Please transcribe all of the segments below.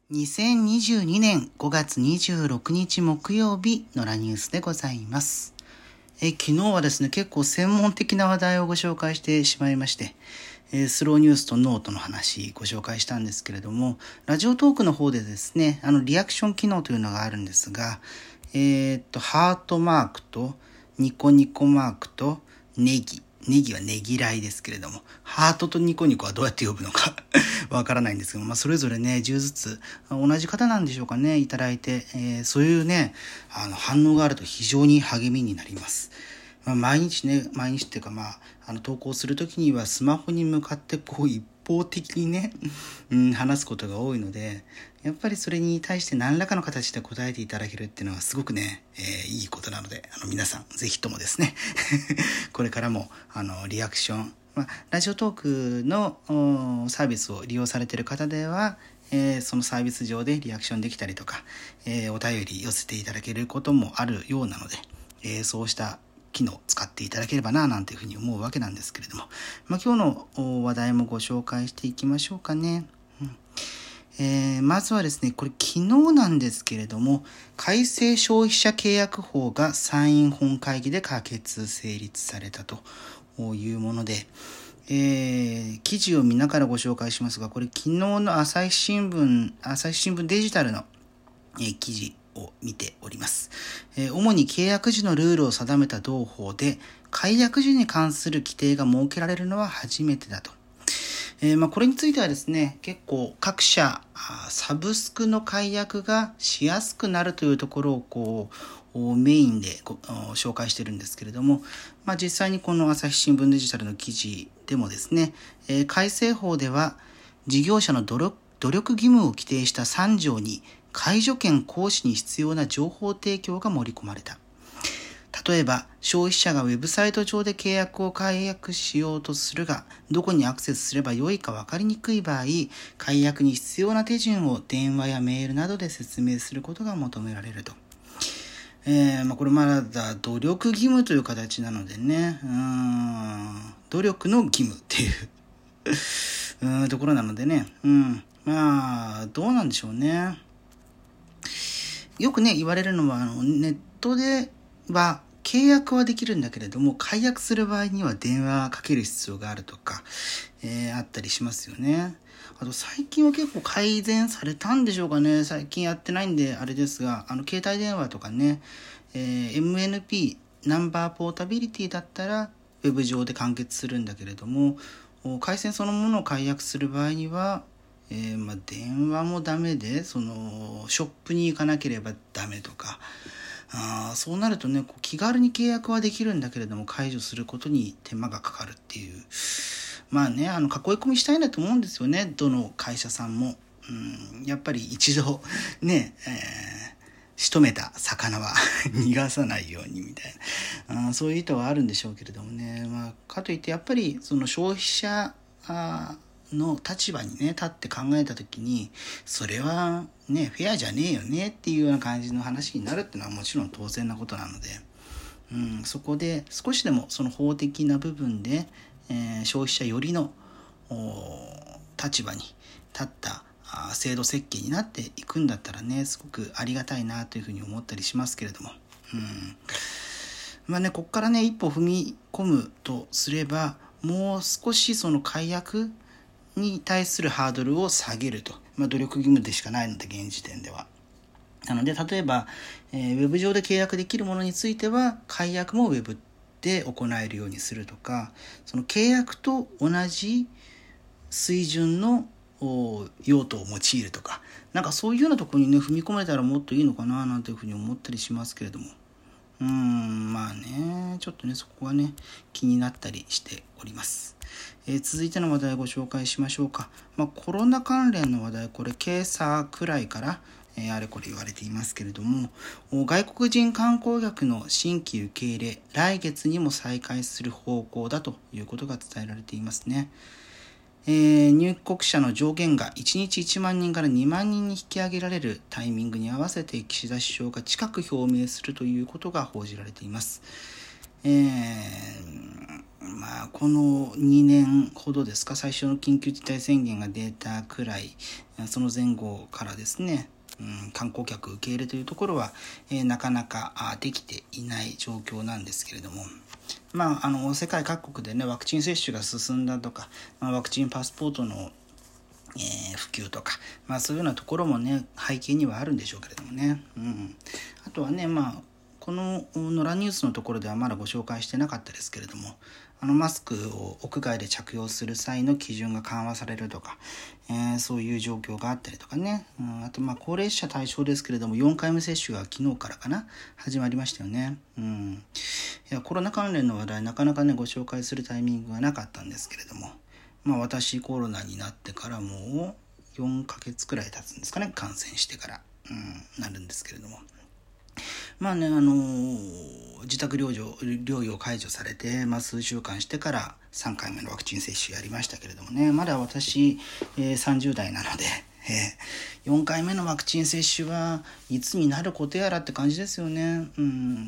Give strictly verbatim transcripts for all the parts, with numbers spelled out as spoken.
にせんにじゅうにねんごがつにじゅうろくにち木曜日のラニュースでございます。え昨日はですね、結構専門的な話題をご紹介してしまいまして、えスローニュースとノートの話ご紹介したんですけれども、ラジオトークの方でですね、あのリアクション機能というのがあるんですが、えー、っとハートマークとニコニコマークとネギネギはねぎらいですけれども、ハートとニコニコはどうやって呼ぶのかわからないんですけど、まあ、それぞれねじゅうずつ同じ方なんでしょうかね、いただいて、えー、そういうねあの反応があると非常に励みになります。まあ、毎日ね毎日っていうかまああの投稿するときにはスマホに向かってこう一方的にね、うん、話すことが多いので、やっぱりそれに対して何らかの形で答えていただけるっていうのはすごくね、えー、いいことなので、あの皆さんぜひともですねこれからもあのリアクション、まあ、ラジオトークのサービスを利用されている方では、えー、そのサービス上でリアクションできたりとか、えー、お便り寄せていただけることもあるようなので、えー、そうした機能を使っていただければななんていうふうに思うわけなんですけれども、まあ、今日の話題もご紹介していきましょうかね。うんえー、まずはですね、これ昨日なんですけれども、改正消費者契約法が参院本会議で可決成立されたというもので、えー、記事を見ながらご紹介しますが、これ昨日の朝日新聞朝日新聞デジタルの、えー、記事を見ております。えー、主に契約時のルールを定めた同法で、解約時に関する規定が設けられるのは初めてだと。えーまあ、これについてはですね、結構各社サブスクの解約がしやすくなるというところをこうメインでご紹介しているんですけれども、まあ、実際にこの朝日新聞デジタルの記事でもですね、えー、改正法では事業者の努力、努力義務を規定したさんじょうに解除権行使に必要な情報提供が盛り込まれた。例えば消費者がウェブサイト上で契約を解約しようとするが、どこにアクセスすればよいか分かりにくい場合、解約に必要な手順を電話やメールなどで説明することが求められると。えーまあ、これまだ努力義務という形なのでね、うーん努力の義務っていううーんところなのでね、うん、まあどうなんでしょうね。よくね言われるのは、あのネットでは契約はできるんだけれども、解約する場合には電話かける必要があるとか、えー、あったりしますよね。あと最近は結構改善されたんでしょうかね。最近やってないんであれですが、あの携帯電話とかね、えー、エムエヌピー ナンバーポータビリティだったらウェブ上で完結するんだけれども、回線そのものを解約する場合には、えーまあ、電話もダメで、そのショップに行かなければダメとか、あそうなるとね、こう気軽に契約はできるんだけれども解除することに手間がかかるっていう、まあね、あの囲い込みしたいなと思うんですよね、どの会社さんも。うんやっぱり一度ね、えー、仕留めた魚は逃がさないようにみたいな、あそういう意図はあるんでしょうけれどもね、まあ、かといってやっぱりその消費者あの立場にね立って考えた時に、それはねフェアじゃねえよねっていうような感じの話になるっていうのはもちろん当然なことなので、うん、そこで少しでもその法的な部分で、えー、消費者寄りの立場に立った制度設計になっていくんだったらね、すごくありがたいなというふうに思ったりしますけれども、うんまあね、ここからね一歩踏み込むとすれば、もう少しその解約に対するハードルを下げると、まあ、努力義務でしかないので現時点では。なので例えば、えー、ウェブ上で契約できるものについては解約もウェブで行えるようにするとか、その契約と同じ水準の用途を用いるとか、なんかそういうようなところにね踏み込めたらもっといいのかななんていうふうに思ったりしますけれども、うーんまあねちょっとねそこはね気になったりしております。えー、続いての話題をご紹介しましょうか。まあ、コロナ関連の話題、これ今朝くらいから、えー、あれこれ言われていますけれども、外国人観光客の新規受け入れ来月にも再開する方向だということが伝えられていますね。えー、入国者の上限がいちにちいちまんにんからにまんにんに引き上げられるタイミングに合わせて岸田首相が近く表明するということが報じられています。えーまあ、このにねんほどですか、最初の緊急事態宣言が出たくらい、その前後からですね、うん、観光客受け入れというところは、えー、なかなかできていない状況なんですけれども、まあ、あの世界各国でね、ワクチン接種が進んだとか、まあ、ワクチンパスポートの、えー、普及とか、まあ、そういうようなところもね、背景にはあるんでしょうけれどもね、うん、あとはね、まあこの野良ニュースのところではまだご紹介してなかったですけれども、あのマスクを屋外で着用する際の基準が緩和されるとか、えー、そういう状況があったりとかね、うん、あとまあ高齢者対象ですけれども、よんかいめ接種が昨日からかな始まりましたよね、うん、いやコロナ関連の話題なかなかねご紹介するタイミングがなかったんですけれども、まあ私コロナになってからもうよんかげつくらい経つんですかね、感染してから、うん、なるんですけれども、まあね、あのー、自宅療養、療養解除されて、まあ、数週間してからさんかいめのワクチン接種やりましたけれどもね、まだ私、えー、さんじゅう代なので、えー、よんかいめのワクチン接種はいつになることやらって感じですよね。うん、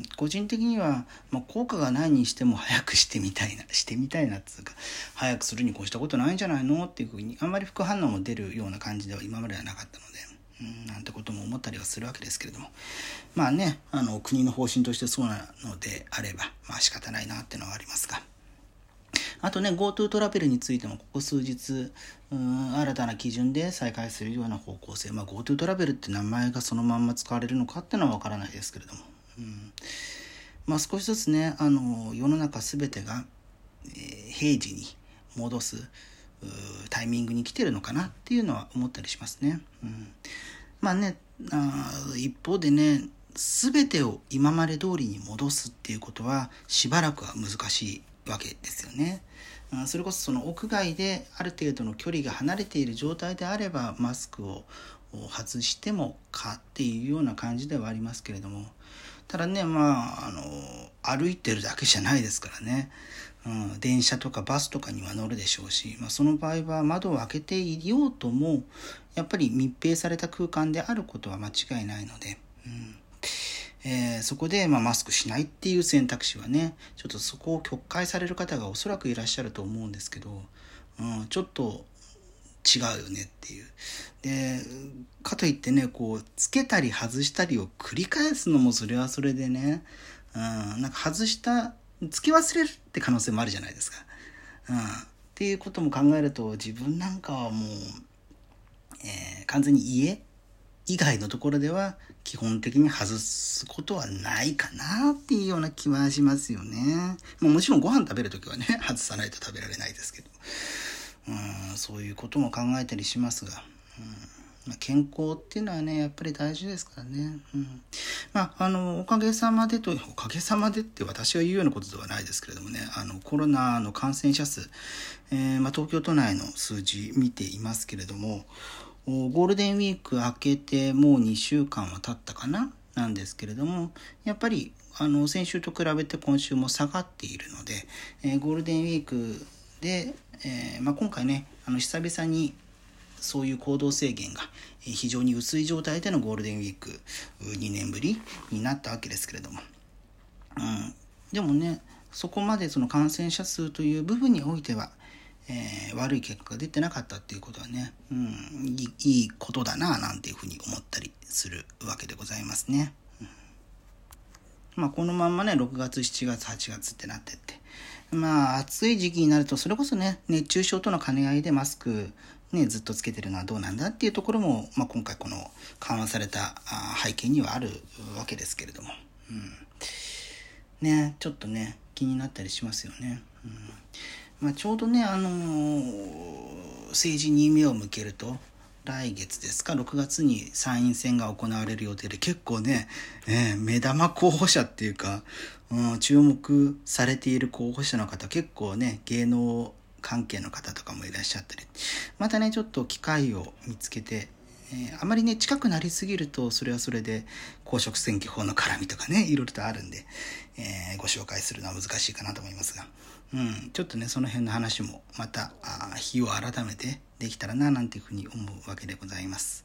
個人的には、まあ、効果がないにしても早くしてみたいな、してみたいなっつうか、早くするに越したことないんじゃないのっていうふうに、あんまり副反応も出るような感じでは今まではなかったので、なんてことも思ったりはするわけですけれども、まあね、あの国の方針としてそうなのであれば、まあ仕方ないなっていうのはありますが、あとね GoTo トラベルについてもここ数日うん新たな基準で再開するような方向性、まあ、GoTo トラベルって名前がそのまんま使われるのかっていうのは分からないですけれども、うんまあ、少しずつねあの世の中全てが、えー、平時に戻すタイミングに来てるのかなっていうのは思ったりしますね。うん、まあねあ一方でね全てを今まで通りに戻すっていうことはしばらくは難しいわけですよね。それこそその屋外である程度の距離が離れている状態であればマスクを外してもかっていうような感じではありますけれども、ただねまああの歩いてるだけじゃないですからね、うん、電車とかバスとかには乗るでしょうし、まあ、その場合は窓を開けていようともやっぱり密閉された空間であることは間違いないので、うんえー、そこでまあマスクしないっていう選択肢はねちょっとそこを曲解される方がおそらくいらっしゃると思うんですけど、うん、ちょっと違うよねっていう。でかといってねこうつけたり外したりを繰り返すのもそれはそれでね、うん、なんか外したつけ忘れるって可能性もあるじゃないですか、うん、っていうことも考えると自分なんかはもう、えー、完全に家以外のところでは基本的に外すことはないかなっていうような気はしますよね。もうもちろんご飯食べるときはね外さないと食べられないですけど、うんそういうことも考えたりしますが、うん、健康っていうのはねやっぱり大事ですからね、うんまあ、あのおかげさまでとおかげさまでって私が言うようなことではないですけれどもね、あのコロナの感染者数、えーまあ、東京都内の数字見ていますけれども、ゴールデンウィーク明けてもうにしゅうかんは経ったかななんですけれども、やっぱりあの先週と比べて今週も下がっているので、えー、ゴールデンウィークで、えーまあ、今回ねあの久々にそういう行動制限が非常に薄い状態でのゴールデンウィークにねんぶりになったわけですけれども、うん、でもねそこまでその感染者数という部分においてはえー、悪い結果が出てなかったっていうことはね、うん、いい、いいことだななんていうふうに思ったりするわけでございますね。うん、まあこのまんまねろくがつしちがつはちがつってなってって、まあ暑い時期になるとそれこそね熱中症との兼ね合いでマスクねずっとつけてるのはどうなんだっていうところも、まあ、今回この緩和された背景にはあるわけですけれども、うん、ねちょっとね気になったりしますよね。うんまあ、ちょうどね、あのー、政治に目を向けると来月ですかろくがつに参院選が行われる予定で結構ね、えー、目玉候補者っていうか、うん、注目されている候補者の方結構ね芸能関係の方とかもいらっしゃったり、またねちょっと機会を見つけて、えー、あまりね近くなりすぎるとそれはそれで公職選挙法の絡みとかねいろいろとあるんで、えー、ご紹介するのは難しいかなと思いますが、うん、ちょっとねその辺の話もまたあ日を改めてできたらななんていうふうに思うわけでございます。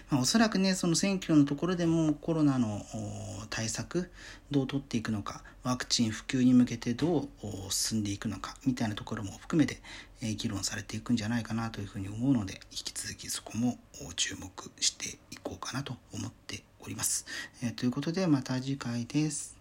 まあ、おそらくね、その選挙のところでもコロナの対策どう取っていくのか、ワクチン普及に向けてどう進んでいくのかみたいなところも含めて、えー、議論されていくんじゃないかなというふうに思うので、引き続きそこも注目していこうかなと思っております。えー、ということでまた次回です。